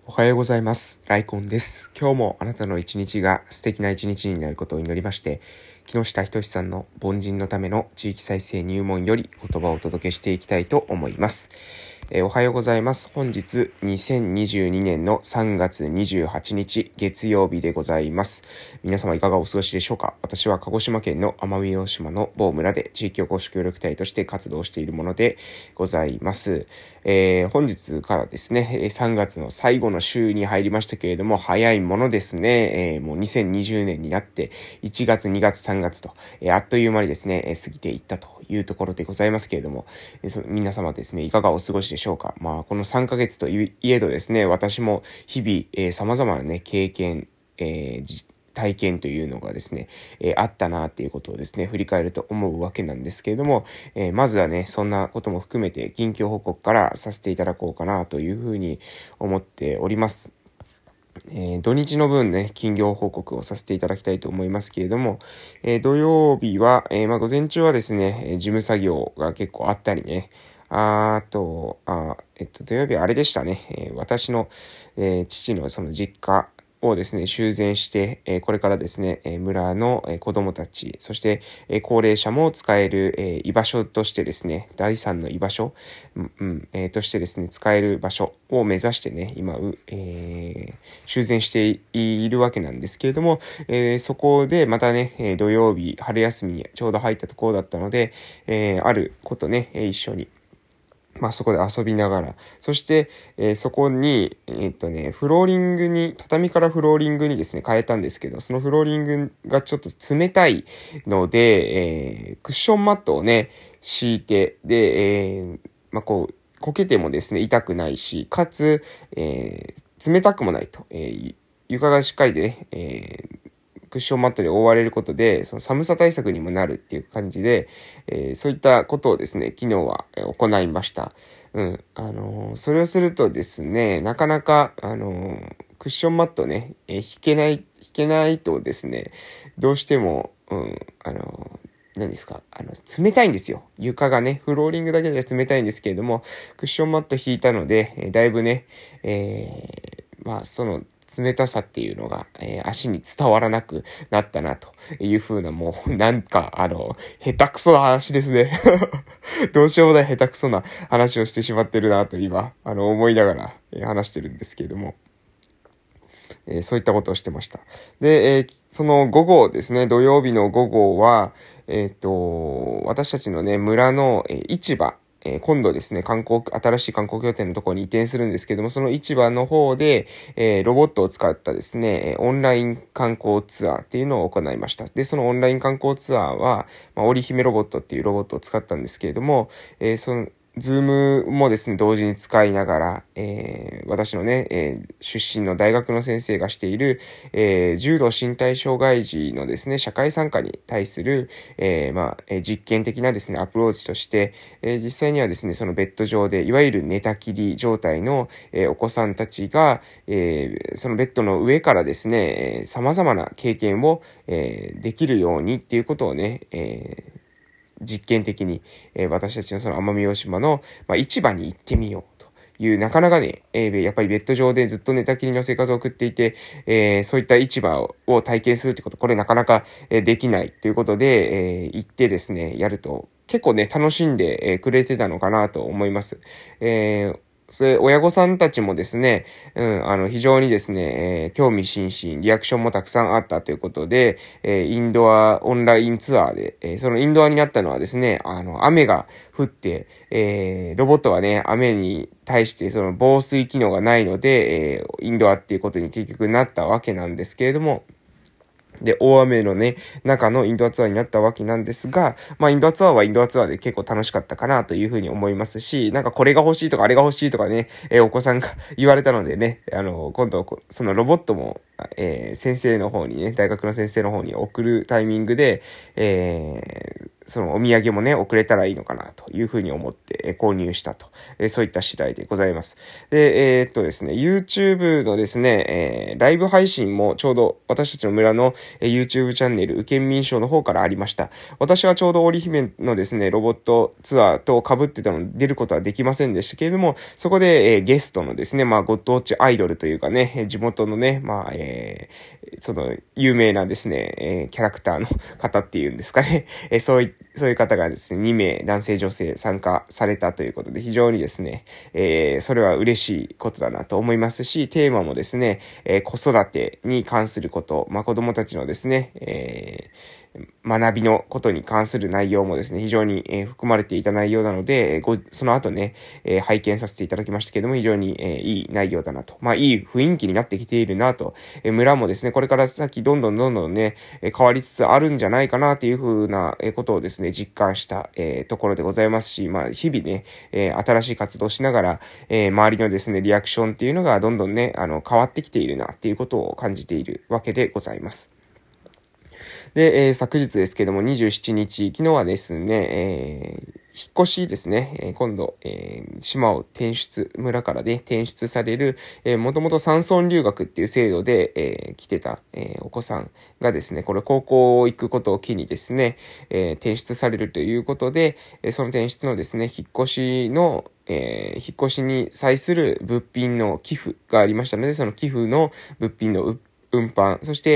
おはようございます。ライコンです。今日もあなたの一日が素敵な一日になることを祈りまして、木下仁さんの凡人のための地域再生入門より言葉をお届けしていきたいと思います。おはようございます。本日2022年の3月28日月曜日でございます。皆様いかがお過ごしでしょうか。私は鹿児島県の奄美大島の某村で地域おこし協力隊として活動しているものでございます。本日からですね、3月の最後の週に入りましたけれども、早いものですね、もう2020年になって1月、2月、3月と、あっという間にですね、過ぎていったというところでございますけれども、皆様ですね、いかがお過ごしでしょうか。この3ヶ月といえどですね、私も日々、様々なね、経験、体験というのがですね、あったなっていうことをですね、振り返ると思うわけなんですけれども、まずはね、そんなことも含めて近況報告からさせていただこうかなというふうに思っております。土日の分ね、近況報告をさせていただきたいと思いますけれども、土曜日は、午前中はですね、事務作業が結構あったりね、土曜日はあれでしたね、私の、父のその実家をですね、修繕して、これからですね、村の子供たち、そして高齢者も使える居場所としてですね、第三の居場所、としてですね、使える場所を目指してね、今、修繕しているわけなんですけれども、そこでまたね、土曜日、春休みにちょうど入ったところだったので、あることね、一緒に、そこで遊びながら、そして、そこに、フローリングに、畳からフローリングにですね、変えたんですけど、そのフローリングがちょっと冷たいので、クッションマットをね、敷いて、で、こけてもですね、痛くないし、かつ、冷たくもないと、床がしっかりでね、クッションマットで覆われることで、その寒さ対策にもなるっていう感じで、そういったことをですね、昨日は行いました。それをするとですね、なかなか、クッションマットね、引けないとですね、どうしても、何ですか、冷たいんですよ。床がね、フローリングだけじゃ冷たいんですけれども、クッションマット引いたので、だいぶね、その冷たさっていうのが、足に伝わらなくなったな、という風な、もう、なんか、下手くそな話ですね。どうしようもない下手くそな話をしてしまってるな、と今、思いながら、話してるんですけれども。そういったことをしてました。で、その午後ですね、土曜日の午後は、私たちのね、村の、市場、今度ですね、新しい観光拠点のところに移転するんですけども、その市場の方で、ロボットを使ったですね、オンライン観光ツアーっていうのを行いました。で、そのオンライン観光ツアーは、織姫ロボットっていうロボットを使ったんですけれども、ズームもですね、同時に使いながら、私のね、出身の大学の先生がしている、重度身体障害児のですね、社会参加に対する、実験的なですね、アプローチとして、実際にはですね、そのベッド上で、いわゆる寝たきり状態の、お子さんたちが、そのベッドの上からですね、様々な経験を、できるようにっていうことをね、実験的に、私たちのその奄美大島の、市場に行ってみようという、なかなかね、やっぱりベッド上でずっと寝たきりの生活を送っていて、そういった市場を体験するってこと、これなかなか、できないということで、行ってですね、やると結構ね、楽しんで、くれてたのかなと思います。親御さんたちもですね、非常にですね、興味津々、リアクションもたくさんあったということで、インドア、オンラインツアーで、そのインドアになったのはですね、雨が降って、ロボットはね、雨に対してその防水機能がないので、インドアっていうことに結局なったわけなんですけれども、で、大雨のね、中のインドアツアーになったわけなんですが、インドアツアーはインドアツアーで結構楽しかったかなというふうに思いますし、なんかこれが欲しいとかあれが欲しいとかね、お子さんが言われたのでね、今度、そのロボットも、先生の方にね、大学の先生の方に送るタイミングで、 そのお土産もね、送れたらいいのかなというふうに思って購入したと、そういった次第でございます。で、ですね、YouTube のですね、ライブ配信もちょうど私たちの村の YouTube チャンネル、宇健民賞の方からありました。私はちょうど織姫のですね、ロボットツアーと被ってたので出ることはできませんでしたけれども、そこで、ゲストのですね、ご当地アイドルというかね、地元のね、その有名なですね、キャラクターの方っていうんですかね、そういう方がですね、2名男性女性参加されたということで、非常にですね、それは嬉しいことだなと思いますし、テーマもですね、子育てに関すること、子供たちのですね、学びのことに関する内容もですね、非常に、含まれていた内容なので、その後ね、拝見させていただきましたけども、非常に、いい内容だなと。いい雰囲気になってきているなと。村もですね、これから先どんどんね、変わりつつあるんじゃないかなというふうなことをですね、実感した、ところでございますし、日々ね、新しい活動をしながら、周りのですね、リアクションっていうのがどんどんね、変わってきているなっていうことを感じているわけでございます。で、昨日ですけども、27日、昨日はですね、引っ越しですね、今度、島を村からね、転出される、もともと山村留学っていう制度で、来てた、お子さんがですね、これ高校行くことを機にですね、転出されるということで、その転出のですね、引っ越しに際する物品の寄付がありましたので、その寄付の物品の運搬、そして、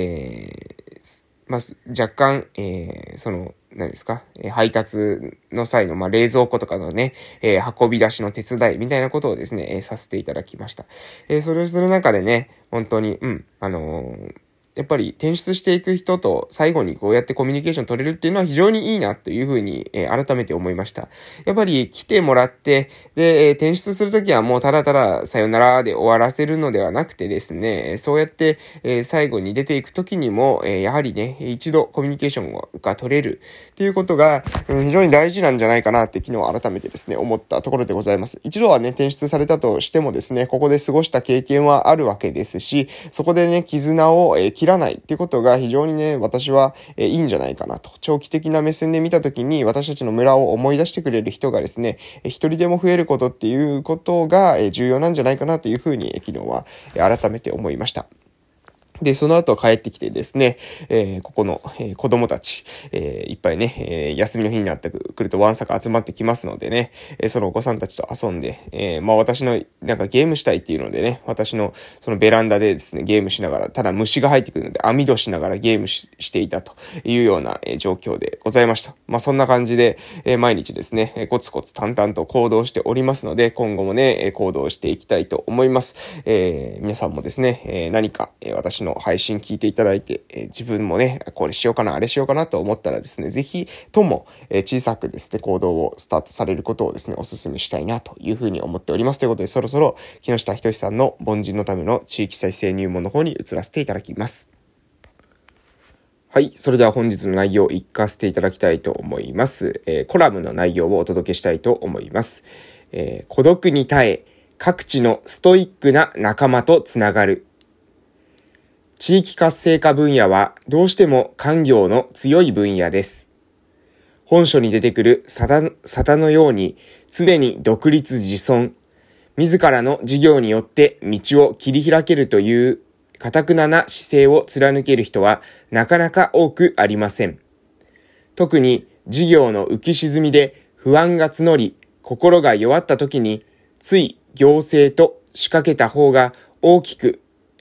若干、何ですか、配達の際の、冷蔵庫とかのね、運び出しの手伝いみたいなことをですね、させていただきました。それをする中でね、本当に、やっぱり転出していく人と最後にこうやってコミュニケーション取れるっていうのは非常にいいなというふうに、改めて思いました。やっぱり来てもらって、で、転出するときはもうただたださよならで終わらせるのではなくてですね、そうやって、最後に出ていくときにも、やはりね、一度コミュニケーションが取れるっていうことが、非常に大事なんじゃないかなって昨日改めてですね、思ったところでございます。一度はね、転出されたとしてもですね、ここで過ごした経験はあるわけですし、そこでね、絆を、切らないっていうことが非常にね、私はいいんじゃないかなと。長期的な目線で見たときに私たちの村を思い出してくれる人がですね、一人でも増えることっていうことが重要なんじゃないかなというふうに昨日は改めて思いました。で、その後帰ってきてですね、ここの、子供たち、いっぱいね、休みの日になってくるとわんさか集まってきますのでね、そのお子さんたちと遊んで、私のなんかゲームしたいっていうのでね、私のそのベランダでですね、ゲームしながら、ただ虫が入ってくるので網戸しながらゲームしていたというような、状況でございました。そんな感じで、毎日ですね、コツコツ淡々と行動しておりますので、今後もね、行動していきたいと思います。皆さんもですね、何か、私の配信聞いていただいて、自分もね、これしようかな、あれしようかなと思ったらですね、ぜひとも、小さくですね、行動をスタートされることをですね、お勧めしたいなというふうに思っております。ということで、そろそろ木下ひとしさんの凡人のための地域再生入門の方に移らせていただきます。はい。それでは本日の内容を一かせていただきたいと思います。コラムの内容をお届けしたいと思います。孤独に耐え、各地のストイックな仲間とつながる。地域活性化分野はどうしても官業の強い分野です。本書に出てくる沙汰のように常に独立自尊、自らの事業によって道を切り開けるという堅くなな姿勢を貫ける人はなかなか多くありません。特に事業の浮き沈みで不安が募り、心が弱った時につい行政と仕掛けた方が大きく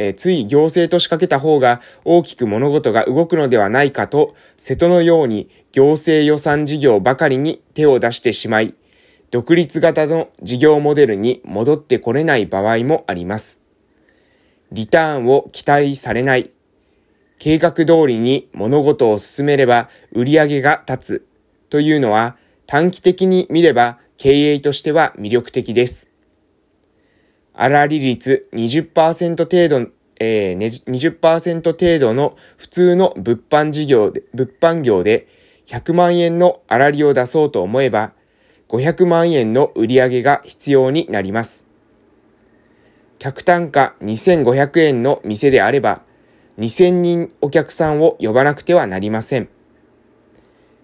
物事が動くのではないかと、瀬戸のように行政予算事業ばかりに手を出してしまい、独立型の事業モデルに戻ってこれない場合もあります。リターンを期待されない。計画通りに物事を進めれば売り上げが立つというのは短期的に見れば経営としては魅力的です。粗利率 20% 程度の普通の物販業で100万円の粗利を出そうと思えば500万円の売り上げが必要になります。客単価2500円の店であれば2000人お客さんを呼ばなくてはなりません。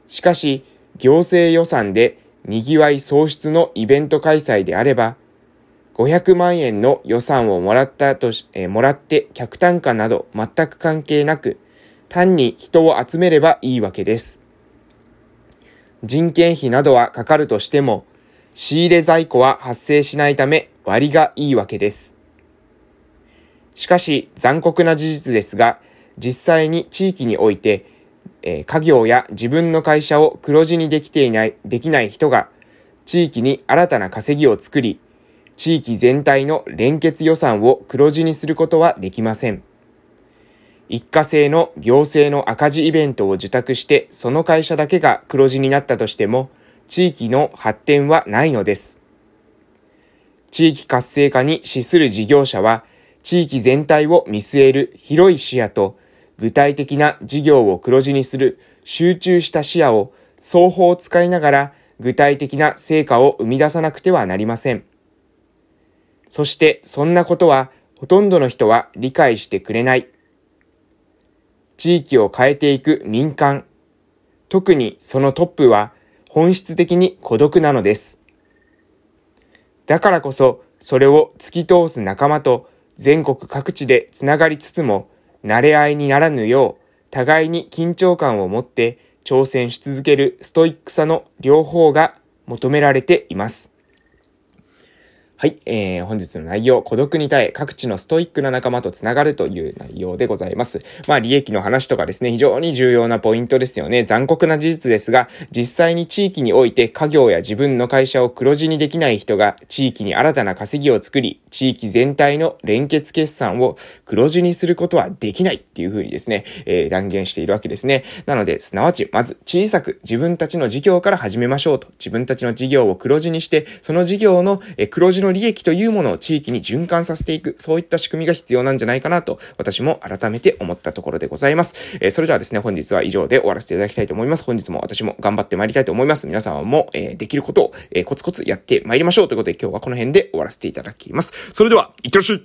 しかし、行政予算で賑わい創出のイベント開催であれば、500万円の予算をもらって客単価など全く関係なく、単に人を集めればいいわけです。人件費などはかかるとしても、仕入れ在庫は発生しないため割がいいわけです。しかし残酷な事実ですが、実際に地域において、家業や自分の会社を黒字にできない人が、地域に新たな稼ぎを作り、地域全体の連結予算を黒字にすることはできません。一過性の行政の赤字イベントを受託してその会社だけが黒字になったとしても地域の発展はないのです。地域活性化に資する事業者は地域全体を見据える広い視野と具体的な事業を黒字にする集中した視野を双方使いながら具体的な成果を生み出さなくてはなりません。そしてそんなことはほとんどの人は理解してくれない。地域を変えていく民間、特にそのトップは本質的に孤独なのです。だからこそそれを突き通す仲間と全国各地でつながりつつも慣れ合いにならぬよう互いに緊張感を持って挑戦し続けるストイックさの両方が求められています。はい、本日の内容、孤独に耐え各地のストイックな仲間とつながるという内容でございます。利益の話とかですね、非常に重要なポイントですよね。残酷な事実ですが、実際に地域において家業や自分の会社を黒字にできない人が地域に新たな稼ぎを作り、地域全体の連結決算を黒字にすることはできないっていうふうにですね、断言しているわけですね。なので、すなわちまず小さく自分たちの事業から始めましょうと。自分たちの事業を黒字にして、その事業の黒字の利益というものを地域に循環させていく、そういった仕組みが必要なんじゃないかなと私も改めて思ったところでございます。それではですね、本日は以上で終わらせていただきたいと思います。本日も私も頑張ってまいりたいと思います。皆様も、できることを、コツコツやってまいりましょうということで今日はこの辺で終わらせていただきます。それでは、いってらっしゃい。